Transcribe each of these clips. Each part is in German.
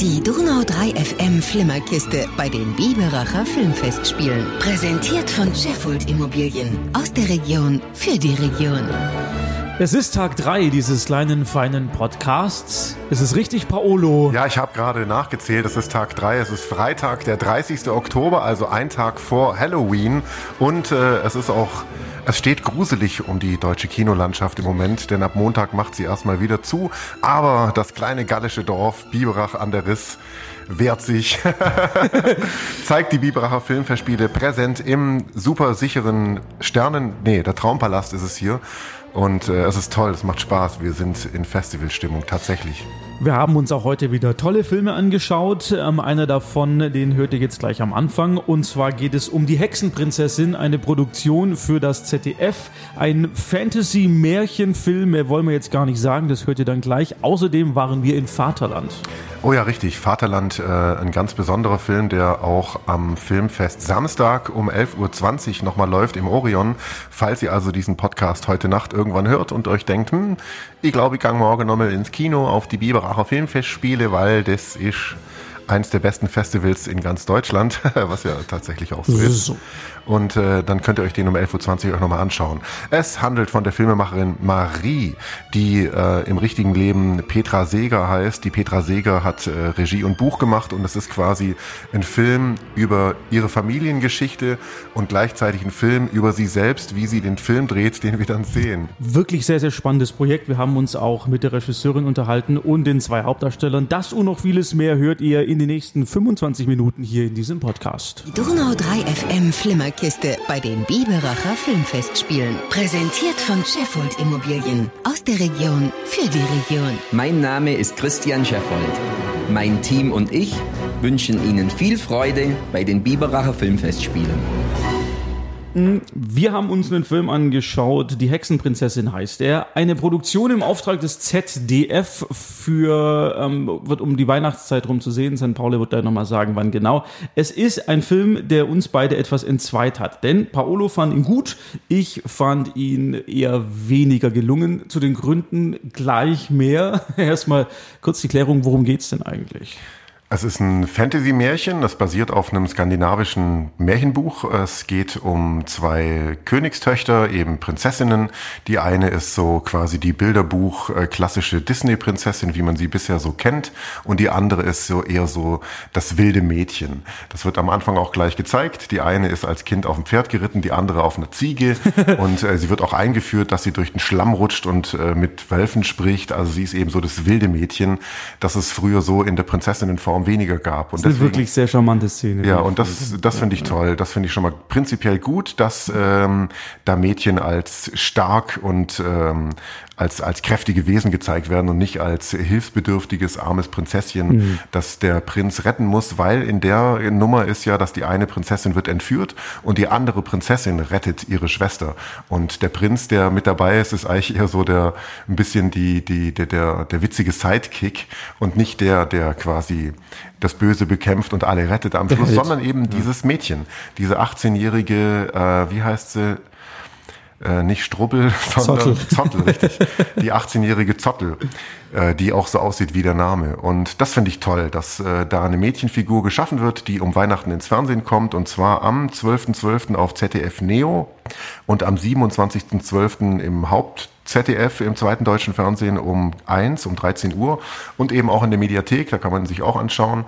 Die Donau 3 FM Flimmerkiste bei den Biberacher Filmfestspielen. Präsentiert von Sheffield Immobilien. Aus der Region für die Region. Es ist Tag 3 dieses kleinen, feinen Podcasts. Es ist richtig, Paolo. Ja, ich habe gerade nachgezählt. Es ist Tag 3. Es ist Freitag, der 30. Oktober, also ein Tag vor Halloween. Und es steht gruselig um die deutsche Kinolandschaft im Moment, denn ab Montag macht sie erstmal wieder zu. Aber das kleine gallische Dorf Biberach an der Riss wehrt sich, zeigt die Biberacher Filmfestspiele präsent im super sicheren der Traumpalast ist es hier. Und es ist toll, es macht Spaß. Wir sind in Festivalstimmung, tatsächlich. Wir haben uns auch heute wieder tolle Filme angeschaut. Einer davon, den hört ihr jetzt gleich am Anfang. Und zwar geht es um Die Hexenprinzessin, eine Produktion für das ZDF. Ein Fantasy-Märchenfilm, mehr wollen wir jetzt gar nicht sagen, das hört ihr dann gleich. Außerdem waren wir in Vaterland. Oh ja, richtig. Vaterland, ein ganz besonderer Film, der auch am Filmfest Samstag um 11.20 Uhr nochmal läuft im Orion. Falls ihr also diesen Podcast heute Nacht irgendwann hört und euch denkt, ich glaube, ich gehe morgen nochmal ins Kino auf die Biberacher Filmfestspiele, weil das ist eins der besten Festivals in ganz Deutschland, was ja tatsächlich auch so ist. So. Und dann könnt ihr euch den um 11.20 Uhr auch nochmal anschauen. Es handelt von der Filmemacherin Marie, die im richtigen Leben Petra Seeger heißt. Die Petra Seeger hat Regie und Buch gemacht und es ist quasi ein Film über ihre Familiengeschichte und gleichzeitig ein Film über sie selbst, wie sie den Film dreht, den wir dann sehen. Wirklich sehr, sehr spannendes Projekt. Wir haben uns auch mit der Regisseurin unterhalten und den 2 Hauptdarstellern. Das und noch vieles mehr hört ihr in den nächsten 25 Minuten hier in diesem Podcast. Die Donau 3 FM Flimmerkiste bei den Biberacher Filmfestspielen. Präsentiert von Sheffield Immobilien. Aus der Region für die Region. Mein Name ist Christian Scheffold. Mein Team und ich wünschen Ihnen viel Freude bei den Biberacher Filmfestspielen. Wir haben uns einen Film angeschaut, Die Hexenprinzessin heißt er. Eine Produktion im Auftrag des ZDF wird um die Weihnachtszeit rum zu sehen. St. Pauli wird da nochmal sagen, wann genau. Es ist ein Film, der uns beide etwas entzweit hat. Denn Paolo fand ihn gut, ich fand ihn eher weniger gelungen. Zu den Gründen gleich mehr. Erstmal kurz die Klärung, worum geht's denn eigentlich? Es ist ein Fantasy-Märchen, das basiert auf einem skandinavischen Märchenbuch. Es geht um 2 Königstöchter, eben Prinzessinnen. Die eine ist so quasi die Bilderbuch klassische Disney-Prinzessin, wie man sie bisher so kennt. Und die andere ist so eher so das wilde Mädchen. Das wird am Anfang auch gleich gezeigt. Die eine ist als Kind auf dem Pferd geritten, die andere auf einer Ziege. Und sie wird auch eingeführt, dass sie durch den Schlamm rutscht und mit Wölfen spricht. Also sie ist eben so das wilde Mädchen, das es früher so in der Prinzessinnenform weniger gab. Und das ist eine wirklich sehr charmante Szene. Ja, und das finde ich toll. Das finde ich schon mal prinzipiell gut, dass da Mädchen als stark und als kräftige Wesen gezeigt werden und nicht als hilfsbedürftiges, armes Prinzesschen, das der Prinz retten muss, weil in der Nummer ist ja, dass die eine Prinzessin wird entführt und die andere Prinzessin rettet ihre Schwester. Und der Prinz, der mit dabei ist, ist eigentlich eher so der witzige Sidekick und nicht der quasi das Böse bekämpft und alle rettet am Schluss, sondern eben dieses Mädchen, diese 18-jährige, wie heißt sie? Nicht Strubbel, sondern Zottel, richtig. Die 18-jährige Zottel, die auch so aussieht wie der Name. Und das finde ich toll, dass da eine Mädchenfigur geschaffen wird, die um Weihnachten ins Fernsehen kommt, und zwar am 12.12. auf ZDF Neo und am 27.12. im ZDF im 2. deutschen Fernsehen um 13 Uhr und eben auch in der Mediathek, da kann man sich auch anschauen.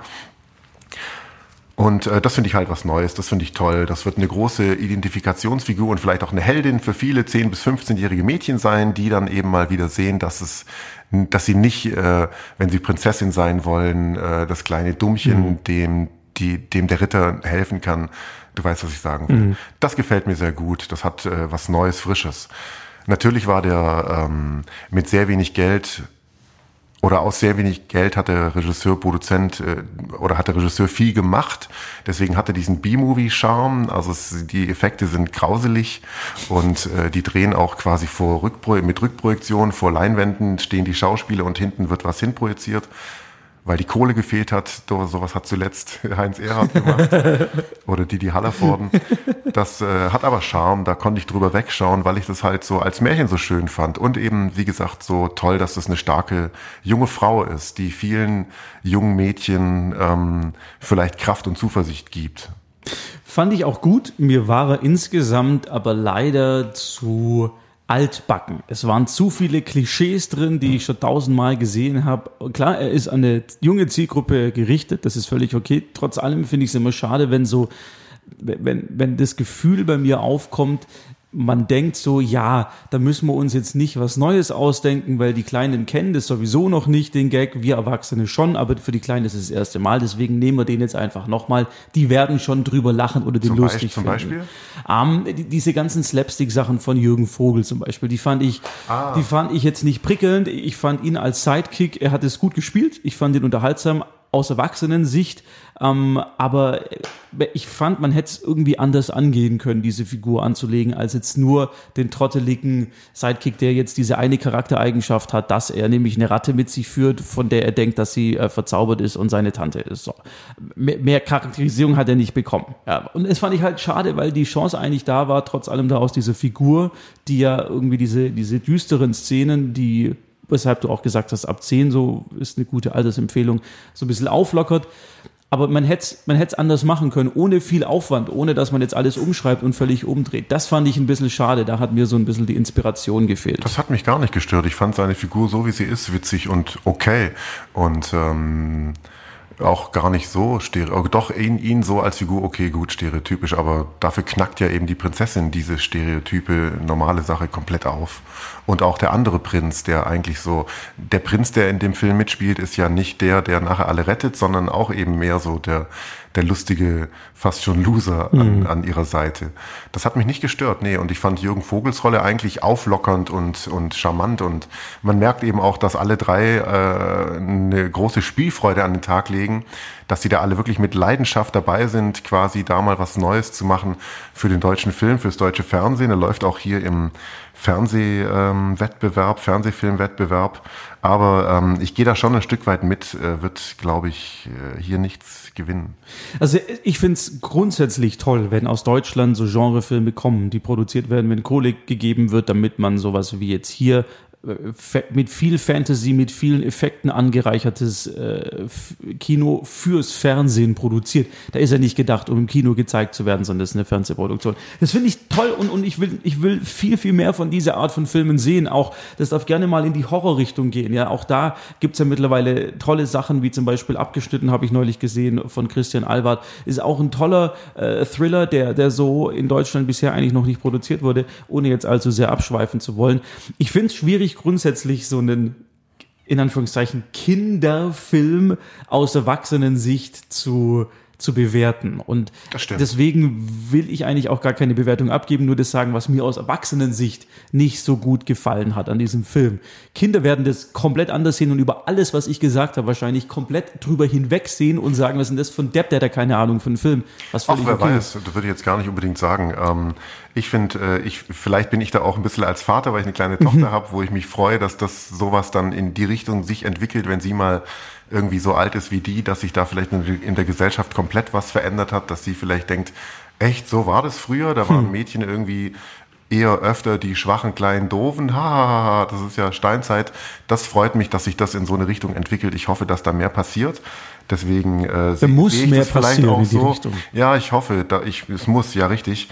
Und das finde ich halt was Neues, das finde ich toll. Das wird eine große Identifikationsfigur und vielleicht auch eine Heldin für viele 10- bis 15-jährige Mädchen sein, die dann eben mal wieder sehen, dass sie nicht, wenn sie Prinzessin sein wollen, das kleine Dummchen, dem der Ritter helfen kann. Du weißt, was ich sagen will. Das gefällt mir sehr gut. Das hat was Neues, Frisches. Natürlich war der mit sehr wenig Geld oder aus sehr wenig Geld hat der Regisseur viel gemacht. Deswegen hat er diesen B-Movie-Charme. Also die Effekte sind grauselig und die drehen auch quasi mit Rückprojektion vor Leinwänden stehen die Schauspieler und hinten wird was hinprojiziert. weil die Kohle gefehlt hat. Sowas hat zuletzt Heinz Erhardt gemacht oder Didi Hallervorden. Das hat aber Charme, da konnte ich drüber wegschauen, weil ich das halt so als Märchen so schön fand. Und eben, wie gesagt, so toll, dass das eine starke junge Frau ist, die vielen jungen Mädchen vielleicht Kraft und Zuversicht gibt. Fand ich auch gut. Mir war er insgesamt aber leider zu altbacken. Es waren zu viele Klischees drin, die ich schon 1000-mal gesehen habe. Klar, er ist an eine junge Zielgruppe gerichtet, das ist völlig okay. Trotz allem finde ich es immer schade, wenn das Gefühl bei mir aufkommt, man denkt so, ja, da müssen wir uns jetzt nicht was Neues ausdenken, weil die Kleinen kennen das sowieso noch nicht, den Gag, wir Erwachsene schon, aber für die Kleinen ist es das erste Mal, deswegen nehmen wir den jetzt einfach nochmal. Die werden schon drüber lachen oder den lustig finden. Zum Beispiel? Diese ganzen Slapstick-Sachen von Jürgen Vogel zum Beispiel, die fand ich jetzt nicht prickelnd. Ich fand ihn als Sidekick, er hat es gut gespielt, ich fand ihn unterhaltsam aus Erwachsenensicht, aber ich fand, man hätte es irgendwie anders angehen können, diese Figur anzulegen, als jetzt nur den trotteligen Sidekick, der jetzt diese eine Charaktereigenschaft hat, dass er nämlich eine Ratte mit sich führt, von der er denkt, dass sie verzaubert ist und seine Tante ist. So. Mehr Charakterisierung hat er nicht bekommen. Ja, und es fand ich halt schade, weil die Chance eigentlich da war, trotz allem da aus dieser Figur, die ja irgendwie diese düsteren Szenen, die weshalb du auch gesagt hast, ab 10 so ist eine gute Altersempfehlung, so ein bisschen auflockert. Aber man hätte es anders machen können, ohne viel Aufwand, ohne dass man jetzt alles umschreibt und völlig umdreht. Das fand ich ein bisschen schade, da hat mir so ein bisschen die Inspiration gefehlt. Das hat mich gar nicht gestört. Ich fand seine Figur, so wie sie ist, witzig und okay. Und auch gar nicht so doch ihn so als Figur, okay, gut, stereotypisch, aber dafür knackt ja eben die Prinzessin diese Stereotype, normale Sache komplett auf. Und auch der andere Prinz, der eigentlich so, der Prinz, der in dem Film mitspielt, ist ja nicht der nachher alle rettet, sondern auch eben mehr so der lustige, fast schon Loser an ihrer Seite. Das hat mich nicht gestört, nee. Und ich fand Jürgen Vogels Rolle eigentlich auflockernd und charmant. Und man merkt eben auch, dass alle drei eine große Spielfreude an den Tag legen, dass sie da alle wirklich mit Leidenschaft dabei sind, quasi da mal was Neues zu machen für den deutschen Film, fürs deutsche Fernsehen. Er läuft auch hier im Fernsehfilmwettbewerb. Aber ich gehe da schon ein Stück weit mit, wird, glaube ich, hier nichts gewinnen. Also ich finde es grundsätzlich toll, wenn aus Deutschland so Genrefilme kommen, die produziert werden, wenn Kohle gegeben wird, damit man sowas wie jetzt hier mit viel Fantasy, mit vielen Effekten angereichertes Kino fürs Fernsehen produziert. Da ist ja nicht gedacht, um im Kino gezeigt zu werden, sondern das ist eine Fernsehproduktion. Das finde ich toll und ich will viel, viel mehr von dieser Art von Filmen sehen. Auch, das darf gerne mal in die Horrorrichtung gehen. Ja, auch da gibt's ja mittlerweile tolle Sachen, wie zum Beispiel Abgeschnitten, habe ich neulich gesehen, von Christian Alward. Ist auch ein toller Thriller, der so in Deutschland bisher eigentlich noch nicht produziert wurde, ohne jetzt allzu sehr abschweifen zu wollen. Ich finde es schwierig, grundsätzlich so einen, in Anführungszeichen, Kinderfilm aus Erwachsenensicht zu bewerten. Und deswegen will ich eigentlich auch gar keine Bewertung abgeben, nur das sagen, was mir aus Erwachsenensicht nicht so gut gefallen hat an diesem Film. Kinder werden das komplett anders sehen und über alles, was ich gesagt habe, wahrscheinlich komplett drüber hinwegsehen und sagen, was ist denn das für ein Depp, der hat keine Ahnung von Film. Was völlig wer weiß, das würde ich jetzt gar nicht unbedingt sagen. Ich finde, vielleicht bin ich da auch ein bisschen als Vater, weil ich eine kleine Tochter habe, wo ich mich freue, dass das sowas dann in die Richtung sich entwickelt, wenn sie mal irgendwie so alt ist wie die, dass sich da vielleicht in der Gesellschaft komplett was verändert hat, dass sie vielleicht denkt, echt, so war das früher, da waren Mädchen irgendwie eher öfter die schwachen, kleinen, doofen, das ist ja Steinzeit. Das freut mich, dass sich das in so eine Richtung entwickelt. Ich hoffe, dass da mehr passiert. Deswegen muss mehr passieren in die Richtung. Ja, ich hoffe, es muss, ja richtig.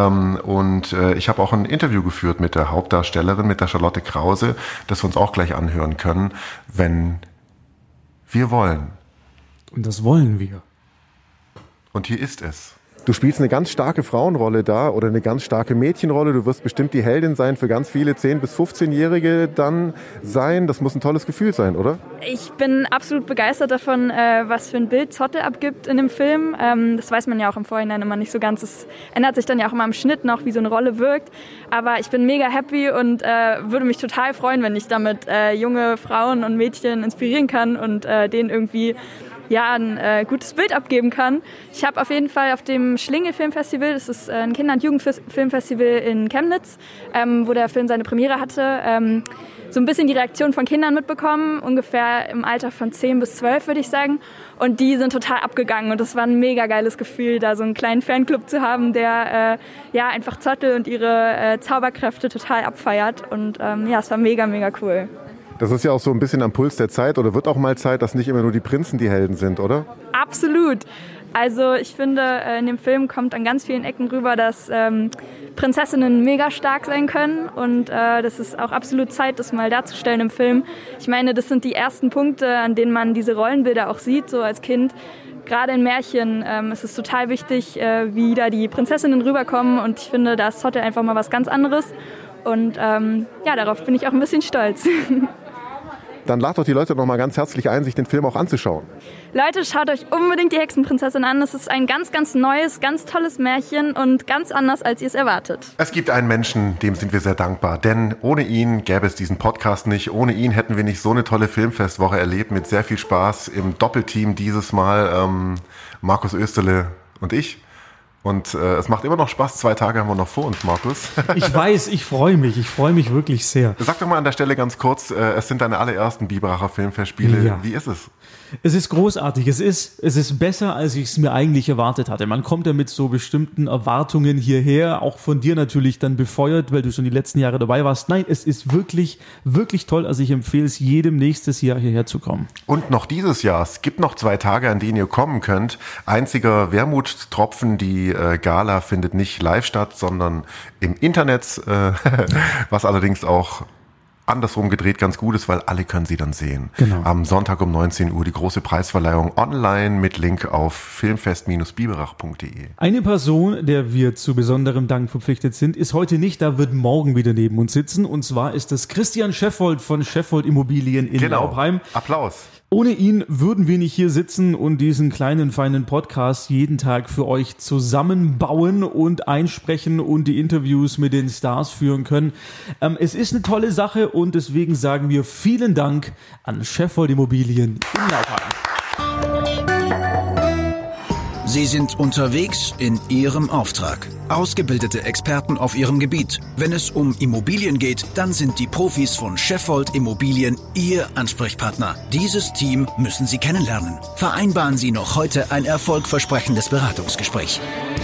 Und ich habe auch ein Interview geführt mit der Hauptdarstellerin, mit der Charlotte Krause, das wir uns auch gleich anhören können, wenn wir wollen. Und das wollen wir. Und hier ist es. Du spielst eine ganz starke Frauenrolle da oder eine ganz starke Mädchenrolle. Du wirst bestimmt die Heldin sein für ganz viele 10- bis 15-Jährige dann sein. Das muss ein tolles Gefühl sein, oder? Ich bin absolut begeistert davon, was für ein Bild Zotte abgibt in dem Film. Das weiß man ja auch im Vorhinein immer nicht so ganz. Es ändert sich dann ja auch immer im Schnitt noch, wie so eine Rolle wirkt. Aber ich bin mega happy und würde mich total freuen, wenn ich damit junge Frauen und Mädchen inspirieren kann und denen irgendwie ein gutes Bild abgeben kann. Ich habe auf jeden Fall auf dem Schlingel Filmfestival, das ist ein Kinder- und Jugendfilmfestival in Chemnitz, wo der Film seine Premiere hatte, so ein bisschen die Reaktion von Kindern mitbekommen, ungefähr im Alter von 10 bis 12, würde ich sagen. Und die sind total abgegangen und das war ein mega geiles Gefühl, da so einen kleinen Fanclub zu haben, der einfach Zottel und ihre Zauberkräfte total abfeiert. Und es war mega, mega cool. Das ist ja auch so ein bisschen am Puls der Zeit oder wird auch mal Zeit, dass nicht immer nur die Prinzen die Helden sind, oder? Absolut. Also ich finde, in dem Film kommt an ganz vielen Ecken rüber, dass Prinzessinnen mega stark sein können und das ist auch absolut Zeit, das mal darzustellen im Film. Ich meine, das sind die ersten Punkte, an denen man diese Rollenbilder auch sieht, so als Kind. Gerade in Märchen ist es total wichtig, wie da die Prinzessinnen rüberkommen und ich finde, da ist Zottel einfach mal was ganz anderes und darauf bin ich auch ein bisschen stolz. Dann lad doch die Leute noch mal ganz herzlich ein, sich den Film auch anzuschauen. Leute, schaut euch unbedingt die Hexenprinzessin an. Es ist ein ganz, ganz neues, ganz tolles Märchen und ganz anders, als ihr es erwartet. Es gibt einen Menschen, dem sind wir sehr dankbar, denn ohne ihn gäbe es diesen Podcast nicht. Ohne ihn hätten wir nicht so eine tolle Filmfestwoche erlebt mit sehr viel Spaß im Doppelteam dieses Mal. Markus Oesterle und ich. Und es macht immer noch Spaß. 2 Tage haben wir noch vor uns, Markus. Ich weiß, ich freue mich wirklich sehr. Sag doch mal an der Stelle ganz kurz, es sind deine allerersten Biberacher Filmfestspiele. Ja. Wie ist es? Es ist großartig. Es ist besser, als ich es mir eigentlich erwartet hatte. Man kommt ja mit so bestimmten Erwartungen hierher, auch von dir natürlich dann befeuert, weil du schon die letzten Jahre dabei warst. Nein, es ist wirklich, wirklich toll. Also ich empfehle es jedem nächstes Jahr hierher zu kommen. Und noch dieses Jahr. Es gibt noch 2 Tage, an denen ihr kommen könnt. Einziger Wermutstropfen, die Gala findet nicht live statt, sondern im Internet, was allerdings auch andersrum gedreht ganz gut ist, weil alle können sie dann sehen. Genau. Am Sonntag um 19 Uhr die große Preisverleihung online mit Link auf filmfest-biberach.de. Eine Person, der wir zu besonderem Dank verpflichtet sind, ist heute nicht da, wird morgen wieder neben uns sitzen. Und zwar ist das Christian Scheffold von Scheffold Immobilien in Laubheim. Applaus. Ohne ihn würden wir nicht hier sitzen und diesen kleinen, feinen Podcast jeden Tag für euch zusammenbauen und einsprechen und die Interviews mit den Stars führen können. Es ist eine tolle Sache und deswegen sagen wir vielen Dank an Scheffold Immobilien in Laubheim. Sie sind unterwegs in Ihrem Auftrag. Ausgebildete Experten auf Ihrem Gebiet. Wenn es um Immobilien geht, dann sind die Profis von Scheffold Immobilien Ihr Ansprechpartner. Dieses Team müssen Sie kennenlernen. Vereinbaren Sie noch heute ein erfolgversprechendes Beratungsgespräch.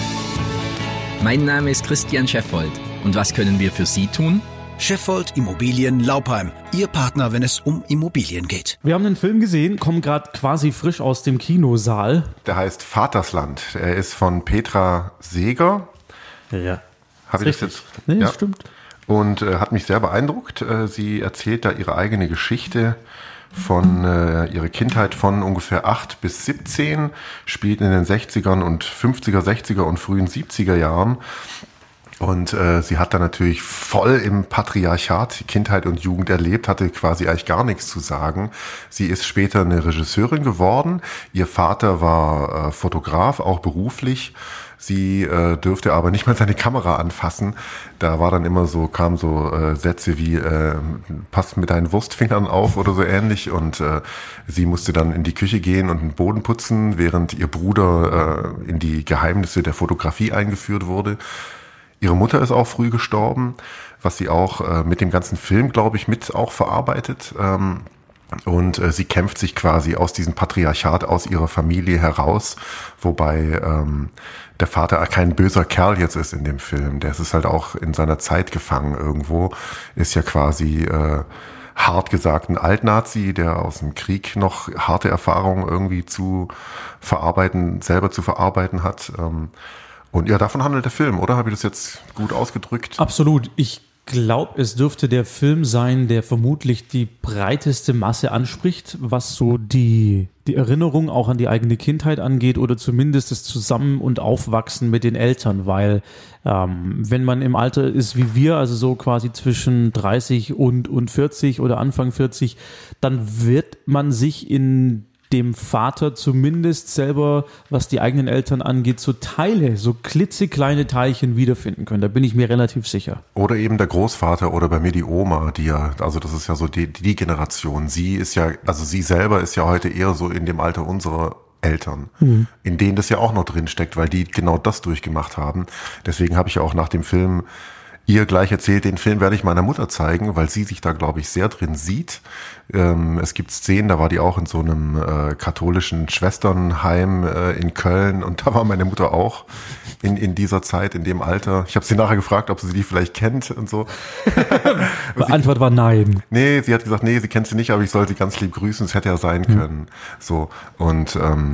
Mein Name ist Christian Scheffold. Und was können wir für Sie tun? Scheffold Immobilien Laubheim. Ihr Partner, wenn es um Immobilien geht. Wir haben einen Film gesehen, kommen gerade quasi frisch aus dem Kinosaal. Der heißt Vatersland. Er ist von Petra Seeger. Ja. Habe ich das jetzt? Nee, ja. Das stimmt. Und hat mich sehr beeindruckt. Sie erzählt da ihre eigene Geschichte von ihrer Kindheit von ungefähr 8 bis 17, spielt in den 60ern und 50er, 60er und frühen 70er Jahren. Und sie hat dann natürlich voll im Patriarchat Kindheit und Jugend erlebt, hatte quasi eigentlich gar nichts zu sagen. Sie ist später eine Regisseurin geworden. Ihr Vater war Fotograf, auch beruflich. Sie dürfte aber nicht mal seine Kamera anfassen. Da war dann immer so, kamen so Sätze wie pass mit deinen Wurstfingern auf oder so ähnlich. Und sie musste dann in die Küche gehen und den Boden putzen, während ihr Bruder in die Geheimnisse der Fotografie eingeführt wurde. Ihre Mutter ist auch früh gestorben, was sie auch mit dem ganzen Film, glaube ich, mit auch verarbeitet. Und sie kämpft sich quasi aus diesem Patriarchat, aus ihrer Familie heraus, wobei der Vater kein böser Kerl jetzt ist in dem Film. Der ist halt auch in seiner Zeit gefangen irgendwo, ist ja quasi hart gesagt ein Altnazi, der aus dem Krieg noch harte Erfahrungen irgendwie selber zu verarbeiten hat. Und ja, davon handelt der Film, oder? Habe ich das jetzt gut ausgedrückt? Absolut. Ich glaube, es dürfte der Film sein, der vermutlich die breiteste Masse anspricht, was so die Erinnerung auch an die eigene Kindheit angeht oder zumindest das Zusammen- und Aufwachsen mit den Eltern, weil wenn man im Alter ist wie wir, also so quasi zwischen 30 und 40 oder Anfang 40, dann wird man sich in dem Vater zumindest selber, was die eigenen Eltern angeht, so Teile, so klitzekleine Teilchen wiederfinden können. Da bin ich mir relativ sicher. Oder eben der Großvater oder bei mir die Oma, die ja, also das ist ja so die Generation. Sie selber ist ja heute eher so in dem Alter unserer Eltern, in denen das ja auch noch drin steckt, weil die genau das durchgemacht haben. Deswegen habe ich ja auch nach dem Film ihr gleich erzählt, den Film werde ich meiner Mutter zeigen, weil sie sich da, glaube ich, sehr drin sieht. Es gibt Szenen, da war die auch in so einem katholischen Schwesternheim in Köln und da war meine Mutter auch in dieser Zeit, in dem Alter. Ich habe sie nachher gefragt, ob sie die vielleicht kennt und so. Die Antwort war nein. Nee, sie hat gesagt, nee, sie kennt sie nicht, aber ich soll sie ganz lieb grüßen, es hätte ja sein können. So, und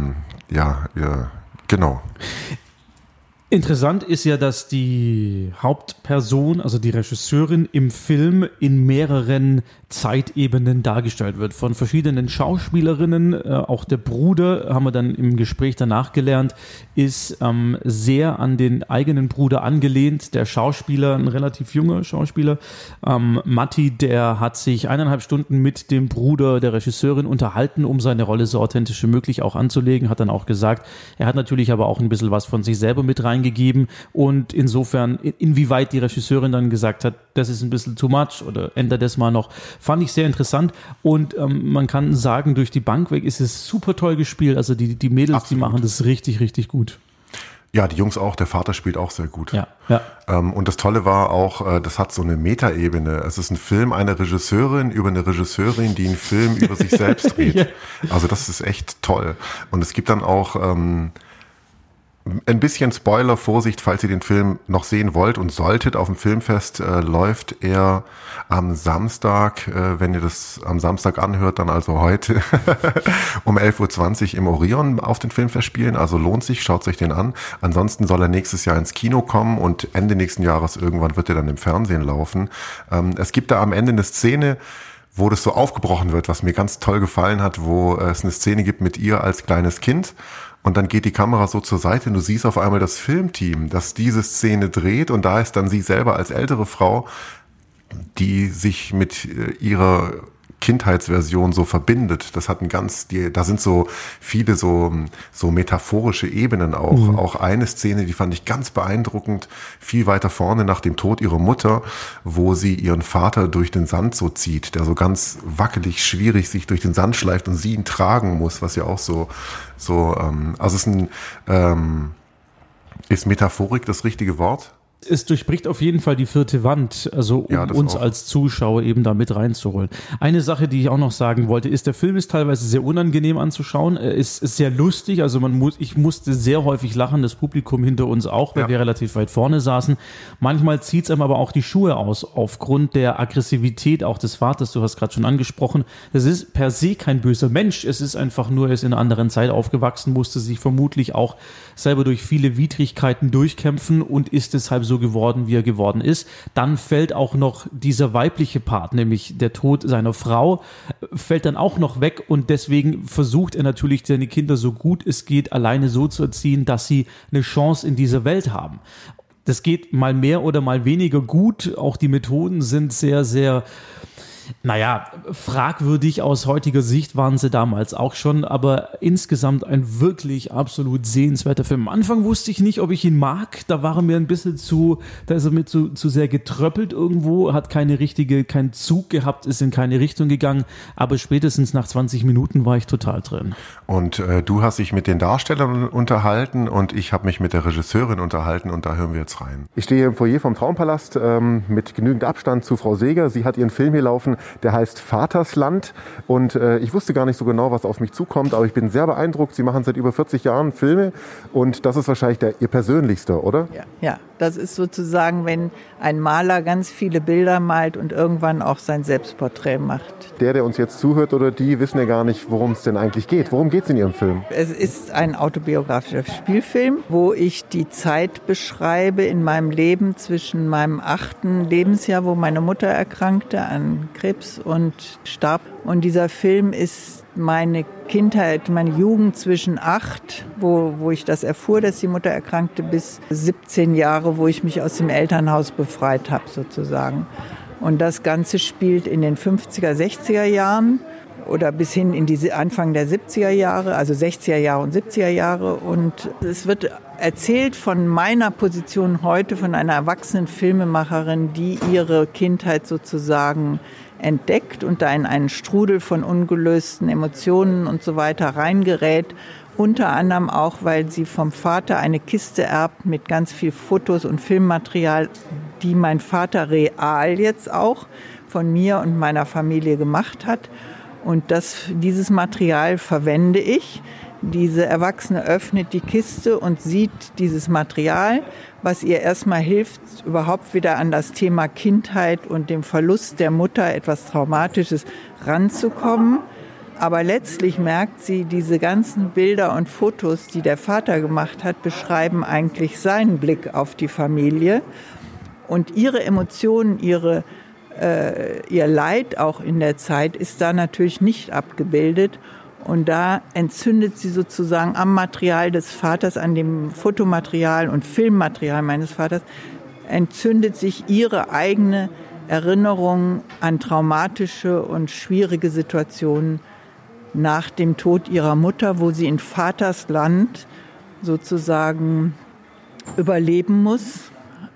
genau. Interessant ist ja, dass die Hauptperson, also die Regisseurin im Film in mehreren Zeitebenen dargestellt wird. Von verschiedenen Schauspielerinnen, auch der Bruder, haben wir dann im Gespräch danach gelernt, ist sehr an den eigenen Bruder angelehnt. Der Schauspieler, ein relativ junger Schauspieler, Matti, der hat sich 1,5 Stunden mit dem Bruder der Regisseurin unterhalten, um seine Rolle so authentisch wie möglich auch anzulegen, hat dann auch gesagt, er hat natürlich aber auch ein bisschen was von sich selber mit reingegeben und insofern, inwieweit die Regisseurin dann gesagt hat, das ist ein bisschen too much oder ändert das mal noch, fand ich sehr interessant und man kann sagen, durch die Bank weg ist es super toll gespielt, also die Mädels, absolut, die machen das richtig, richtig gut. Ja, die Jungs auch, der Vater spielt auch sehr gut. Ja. Und das Tolle war auch, das hat so eine Metaebene. Es ist ein Film einer Regisseurin über eine Regisseurin, die einen Film über sich selbst dreht. Ja. Also das ist echt toll. Und es gibt dann auch ein bisschen Spoiler, Vorsicht, falls ihr den Film noch sehen wollt und solltet. Auf dem Filmfest läuft er am Samstag, wenn ihr das am Samstag anhört, dann also heute um 11.20 Uhr im Orion auf den Filmfestspielen. Also lohnt sich, schaut euch den an. Ansonsten soll er nächstes Jahr ins Kino kommen und Ende nächsten Jahres irgendwann wird er dann im Fernsehen laufen. Es gibt da am Ende eine Szene, wo das so aufgebrochen wird, was mir ganz toll gefallen hat, wo es eine Szene gibt mit ihr als kleines Kind. Und dann geht die Kamera so zur Seite und du siehst auf einmal das Filmteam, das diese Szene dreht und da ist dann sie selber als ältere Frau, die sich mit ihrer Kindheitsversion so verbindet. Das hat da sind so viele so metaphorische Ebenen auch. Mhm. Auch eine Szene, die fand ich ganz beeindruckend, viel weiter vorne nach dem Tod ihrer Mutter, wo sie ihren Vater durch den Sand so zieht, der so ganz wackelig, schwierig sich durch den Sand schleift und sie ihn tragen muss, was ja auch ist Metaphorik das richtige Wort? Es durchbricht auf jeden Fall die vierte Wand, also um uns als Zuschauer eben da mit reinzuholen. Eine Sache, die ich auch noch sagen wollte, ist, der Film ist teilweise sehr unangenehm anzuschauen, ist sehr lustig, also ich musste sehr häufig lachen, das Publikum hinter uns auch, weil wir relativ weit vorne saßen. Manchmal zieht es einem aber auch die Schuhe aus, aufgrund der Aggressivität auch des Vaters, du hast gerade schon angesprochen. Das ist per se kein böser Mensch, es ist einfach nur, er ist in einer anderen Zeit aufgewachsen, musste sich vermutlich auch selber durch viele Widrigkeiten durchkämpfen und ist deshalb so geworden, wie er geworden ist. Dann fällt auch noch dieser weibliche Part, nämlich der Tod seiner Frau, fällt dann auch noch weg und deswegen versucht er natürlich, seine Kinder so gut es geht alleine so zu erziehen, dass sie eine Chance in dieser Welt haben. Das geht mal mehr oder mal weniger gut. Auch die Methoden sind sehr, sehr fragwürdig aus heutiger Sicht waren sie damals auch schon, aber insgesamt ein wirklich absolut sehenswerter Film. Am Anfang wusste ich nicht, ob ich ihn mag, da war er mir ein bisschen da ist er mir zu sehr getröppelt irgendwo, hat keinen Zug gehabt, ist in keine Richtung gegangen, aber spätestens nach 20 Minuten war ich total drin. Und du hast dich mit den Darstellern unterhalten und ich habe mich mit der Regisseurin unterhalten und da hören wir jetzt rein. Ich stehe im Foyer vom Traumpalast mit genügend Abstand zu Frau Seeger. Sie hat ihren Film hier laufen, der heißt Vatersland und ich wusste gar nicht so genau, was auf mich zukommt, aber ich bin sehr beeindruckt. Sie machen seit über 40 Jahren Filme und das ist wahrscheinlich Ihr persönlichster, oder? Ja, das ist sozusagen, wenn ein Maler ganz viele Bilder malt und irgendwann auch sein Selbstporträt macht. Der uns jetzt zuhört oder die, wissen ja gar nicht, worum es denn eigentlich geht. Worum geht es in Ihrem Film? Es ist ein autobiografischer Spielfilm, wo ich die Zeit beschreibe in meinem Leben zwischen meinem 8. Lebensjahr, wo meine Mutter erkrankte an Krebs und starb. Und dieser Film ist meine Kindheit, meine Jugend zwischen 8, wo ich das erfuhr, dass die Mutter erkrankte, bis 17 Jahre, wo ich mich aus dem Elternhaus befreit habe sozusagen. Und das Ganze spielt in den 50er, 60er Jahren oder bis hin in die Anfang der 70er Jahre, also 60er Jahre und 70er Jahre. Und es wird erzählt von meiner Position heute, von einer erwachsenen Filmemacherin, die ihre Kindheit sozusagen entdeckt und da in einen Strudel von ungelösten Emotionen und so weiter reingerät. Unter anderem auch, weil sie vom Vater eine Kiste erbt mit ganz viel Fotos und Filmmaterial, die mein Vater real jetzt auch von mir und meiner Familie gemacht hat. Und dieses Material verwende ich. Diese Erwachsene öffnet die Kiste und sieht dieses Material, was ihr erstmal hilft, überhaupt wieder an das Thema Kindheit und dem Verlust der Mutter, etwas Traumatisches, ranzukommen. Aber letztlich merkt sie, diese ganzen Bilder und Fotos, die der Vater gemacht hat, beschreiben eigentlich seinen Blick auf die Familie. Und ihre Emotionen, ihr Leid auch in der Zeit ist da natürlich nicht abgebildet. Und da entzündet sie sozusagen am Material des Vaters, an dem Fotomaterial und Filmmaterial meines Vaters, entzündet sich ihre eigene Erinnerung an traumatische und schwierige Situationen nach dem Tod ihrer Mutter, wo sie in Vaters Land sozusagen überleben muss,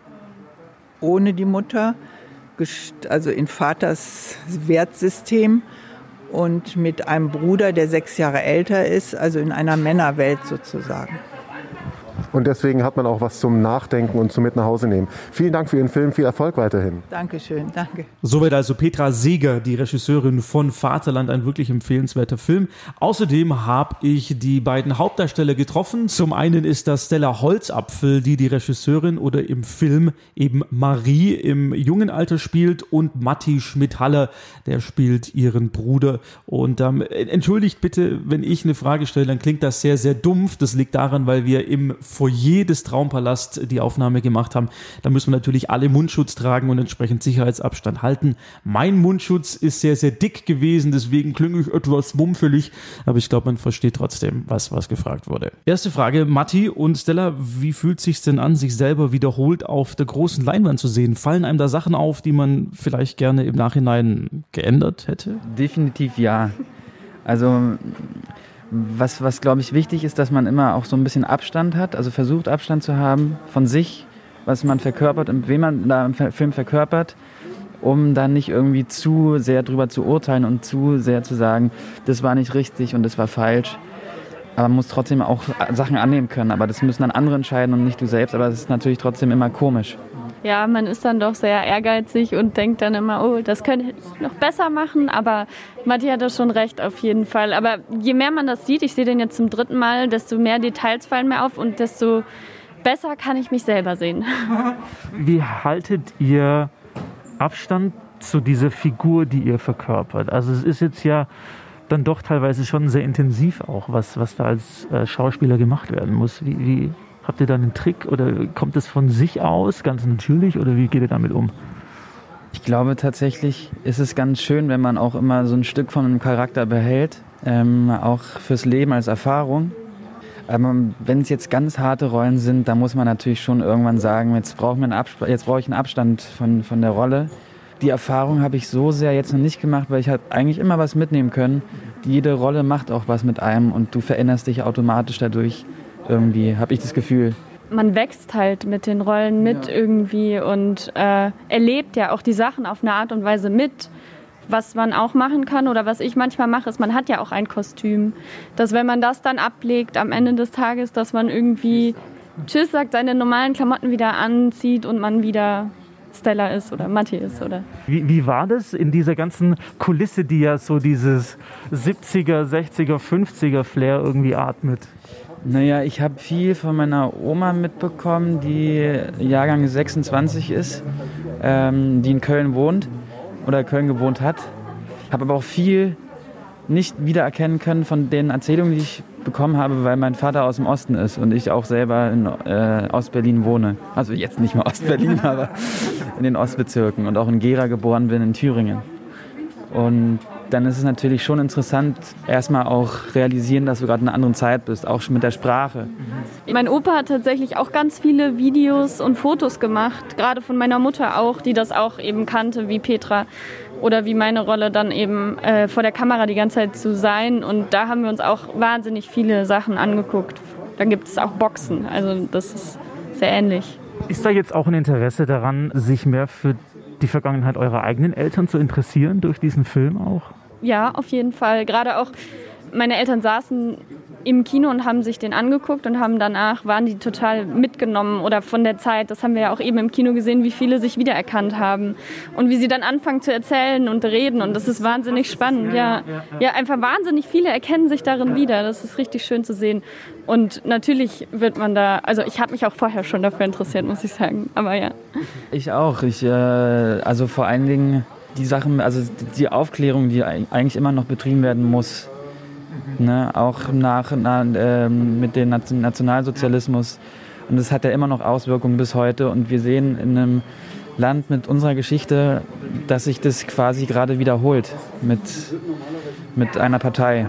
ohne die Mutter, also in Vaters Wertsystem und mit einem Bruder, der 6 Jahre älter ist, also in einer Männerwelt sozusagen. Und deswegen hat man auch was zum Nachdenken und zum Mit nach Hause nehmen. Vielen Dank für Ihren Film, viel Erfolg weiterhin. Dankeschön, danke. Soweit also Petra Seeger, die Regisseurin von Vaterland, ein wirklich empfehlenswerter Film. Außerdem habe ich die beiden Hauptdarsteller getroffen. Zum einen ist das Stella Holzapfel, die Regisseurin oder im Film eben Marie im jungen Alter spielt, und Matti Schmidt-Haller, der spielt ihren Bruder. Und entschuldigt bitte, wenn ich eine Frage stelle, dann klingt das sehr, sehr dumpf. Das liegt daran, weil wir im Foyer des Traumpalast die Aufnahme gemacht haben. Da müssen wir natürlich alle Mundschutz tragen und entsprechend Sicherheitsabstand halten. Mein Mundschutz ist sehr, sehr dick gewesen, deswegen klinge ich etwas mumpfelig, aber ich glaube, man versteht trotzdem, was gefragt wurde. Erste Frage, Matti und Stella, wie fühlt es sich denn an, sich selber wiederholt auf der großen Leinwand zu sehen? Fallen einem da Sachen auf, die man vielleicht gerne im Nachhinein geändert hätte? Definitiv ja. Also was glaube ich wichtig ist, dass man immer auch so ein bisschen Abstand hat, also versucht Abstand zu haben von sich, was man verkörpert und wen man da im Film verkörpert, um dann nicht irgendwie zu sehr drüber zu urteilen und zu sehr zu sagen, das war nicht richtig und das war falsch. Aber man muss trotzdem auch Sachen annehmen können, aber das müssen dann andere entscheiden und nicht du selbst, aber das ist natürlich trotzdem immer komisch. Ja, man ist dann doch sehr ehrgeizig und denkt dann immer, oh, das könnte ich noch besser machen, aber Matti hat da schon recht auf jeden Fall. Aber je mehr man das sieht, ich sehe den jetzt zum 3. Mal, desto mehr Details fallen mir auf und desto besser kann ich mich selber sehen. Wie haltet ihr Abstand zu dieser Figur, die ihr verkörpert? Also es ist jetzt ja dann doch teilweise schon sehr intensiv auch, was da als Schauspieler gemacht werden muss. Wie habt ihr da einen Trick oder kommt es von sich aus, ganz natürlich, oder wie geht ihr damit um? Ich glaube tatsächlich ist es ganz schön, wenn man auch immer so ein Stück von einem Charakter behält, auch fürs Leben als Erfahrung. Aber wenn es jetzt ganz harte Rollen sind, dann muss man natürlich schon irgendwann sagen, jetzt brauche ich einen Abstand von der Rolle. Die Erfahrung habe ich so sehr jetzt noch nicht gemacht, weil ich halt eigentlich immer was mitnehmen können. Jede Rolle macht auch was mit einem und du veränderst dich automatisch dadurch. Irgendwie habe ich das Gefühl. Man wächst halt mit den Rollen mit irgendwie und erlebt ja auch die Sachen auf eine Art und Weise mit. Was man auch machen kann oder was ich manchmal mache, ist, man hat ja auch ein Kostüm. Dass wenn man das dann ablegt am Ende des Tages, dass man irgendwie Tschüss sagt, seine normalen Klamotten wieder anzieht und man wieder Stella ist oder Matti ist, oder? Wie war das in dieser ganzen Kulisse, die ja so dieses 70er, 60er, 50er Flair irgendwie atmet? Naja, ich habe viel von meiner Oma mitbekommen, die Jahrgang 26 ist, die in Köln wohnt oder Köln gewohnt hat. Habe aber auch viel nicht wiedererkennen können von den Erzählungen, die ich bekommen habe, weil mein Vater aus dem Osten ist und ich auch selber in Ostberlin wohne. Also jetzt nicht mehr Ostberlin, aber in den Ostbezirken und auch in Gera geboren bin, in Thüringen. Und dann ist es natürlich schon interessant, erstmal auch realisieren, dass du gerade in einer anderen Zeit bist, auch schon mit der Sprache. Mein Opa hat tatsächlich auch ganz viele Videos und Fotos gemacht, gerade von meiner Mutter auch, die das auch eben kannte, wie Petra oder wie meine Rolle dann eben vor der Kamera die ganze Zeit zu sein. Und da haben wir uns auch wahnsinnig viele Sachen angeguckt. Da gibt es auch Boxen, also das ist sehr ähnlich. Ist da jetzt auch ein Interesse daran, sich mehr für die Vergangenheit eurer eigenen Eltern zu interessieren durch diesen Film auch? Ja, auf jeden Fall. Gerade auch meine Eltern saßen im Kino und haben sich den angeguckt und waren die total mitgenommen oder von der Zeit, das haben wir ja auch eben im Kino gesehen, wie viele sich wiedererkannt haben und wie sie dann anfangen zu erzählen und reden und das ist wahnsinnig spannend. Ja, einfach wahnsinnig viele erkennen sich darin wieder, das ist richtig schön zu sehen und natürlich wird man da, also ich habe mich auch vorher schon dafür interessiert, muss ich sagen, aber ja. Ich auch, also vor allen Dingen die Sachen, also die Aufklärung, die eigentlich immer noch betrieben werden muss, ne, auch mit dem Nationalsozialismus. Und das hat ja immer noch Auswirkungen bis heute. Und wir sehen in einem Land mit unserer Geschichte, dass sich das quasi gerade wiederholt mit einer Partei.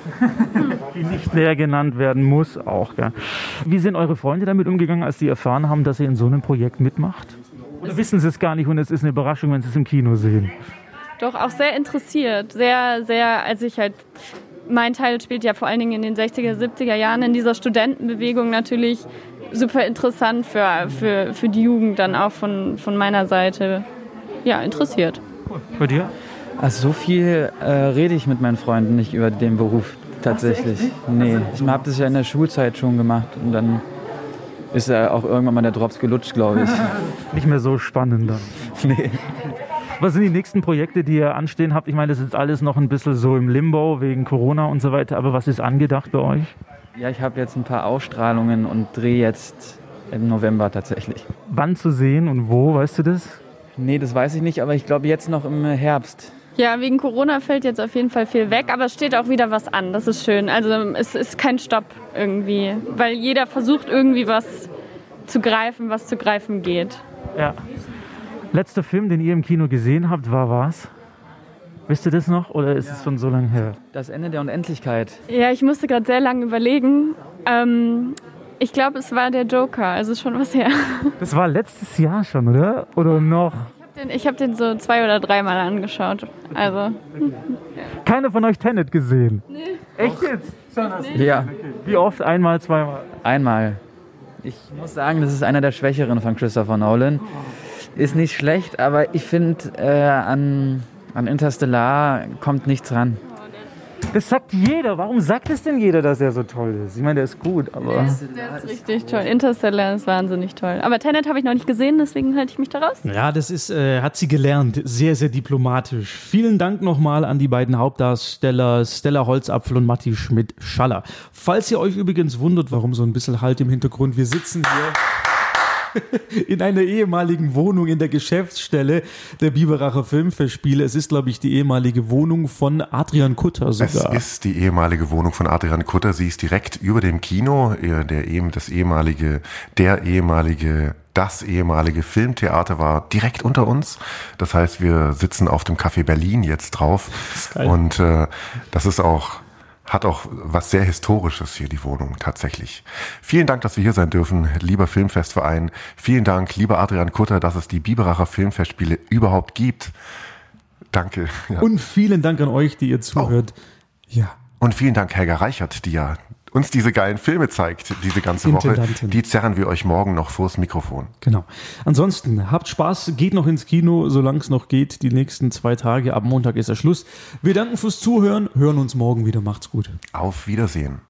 Die nicht näher genannt werden muss auch. Gell? Wie sind eure Freunde damit umgegangen, als sie erfahren haben, dass ihr in so einem Projekt mitmacht? Oder wissen sie es gar nicht und es ist eine Überraschung, wenn sie es im Kino sehen? Doch, auch sehr interessiert. Sehr, sehr, mein Teil spielt ja vor allen Dingen in den 60er, 70er Jahren in dieser Studentenbewegung natürlich super interessant für die Jugend dann auch von meiner Seite. Ja, interessiert. Bei dir? Also so viel rede ich mit meinen Freunden nicht über den Beruf tatsächlich. Nee, ich habe das ja in der Schulzeit schon gemacht und dann ist ja auch irgendwann mal der Drops gelutscht, glaube ich. Nicht mehr so spannend dann. Nee. Was sind die nächsten Projekte, die ihr anstehen habt? Ich meine, das ist jetzt alles noch ein bisschen so im Limbo wegen Corona und so weiter, aber was ist angedacht bei euch? Ja, ich habe jetzt ein paar Ausstrahlungen und drehe jetzt im November tatsächlich. Wann zu sehen und wo, weißt du das? Nee, das weiß ich nicht, aber ich glaube jetzt noch im Herbst. Ja, wegen Corona fällt jetzt auf jeden Fall viel weg, aber es steht auch wieder was an, das ist schön. Also es ist kein Stopp irgendwie, weil jeder versucht irgendwie was zu greifen, was zu greifen geht. Ja. Letzter Film, den ihr im Kino gesehen habt, war was? Wisst ihr das noch oder ist es schon so lange her? Das Ende der Unendlichkeit. Ja, ich musste gerade sehr lange überlegen. Ich glaube, es war der Joker, also schon was her. Das war letztes Jahr schon, oder? Oder noch? Ich hab den so 2 oder 3 Mal angeschaut. Also. Keiner von euch Tenet gesehen? Nee. Echt jetzt? Nee. Ja. Wie oft? Einmal, zweimal? Einmal. Ich muss sagen, das ist einer der Schwächeren von Christopher Nolan. Ist nicht schlecht, aber ich finde, an Interstellar kommt nichts ran. Das sagt jeder. Warum sagt es denn jeder, dass er so toll ist? Ich meine, der ist gut, aber... Der ist richtig toll. Interstellar ist wahnsinnig toll. Aber Tenet habe ich noch nicht gesehen, deswegen halte ich mich da raus. Ja, das ist, hat sie gelernt. Sehr, sehr diplomatisch. Vielen Dank nochmal an die beiden Hauptdarsteller Stella Holzapfel und Matti Schmidt-Schaller. Falls ihr euch übrigens wundert, warum so ein bisschen Halt im Hintergrund, wir sitzen hier in einer ehemaligen Wohnung in der Geschäftsstelle der Biberacher Filmfestspiele. Es ist, glaube ich, die ehemalige Wohnung von Adrian Kutter sogar. Es ist die ehemalige Wohnung von Adrian Kutter. Sie ist direkt über dem Kino. Das ehemalige Filmtheater war direkt unter uns. Das heißt, wir sitzen auf dem Café Berlin jetzt drauf. Das ist geil. Und das ist hat auch was sehr Historisches hier, die Wohnung, tatsächlich. Vielen Dank, dass wir hier sein dürfen, lieber Filmfestverein. Vielen Dank, lieber Adrian Kutter, dass es die Biberacher Filmfestspiele überhaupt gibt. Danke. Ja. Und vielen Dank an euch, die ihr zuhört. Ja. Und vielen Dank, Helga Reichert, die ja uns diese geilen Filme zeigt, diese ganze Woche. Die zerren wir euch morgen noch vors Mikrofon. Genau. Ansonsten, habt Spaß, geht noch ins Kino, solange es noch geht, die nächsten 2 Tage. Ab Montag ist der Schluss. Wir danken fürs Zuhören, hören uns morgen wieder. Macht's gut. Auf Wiedersehen.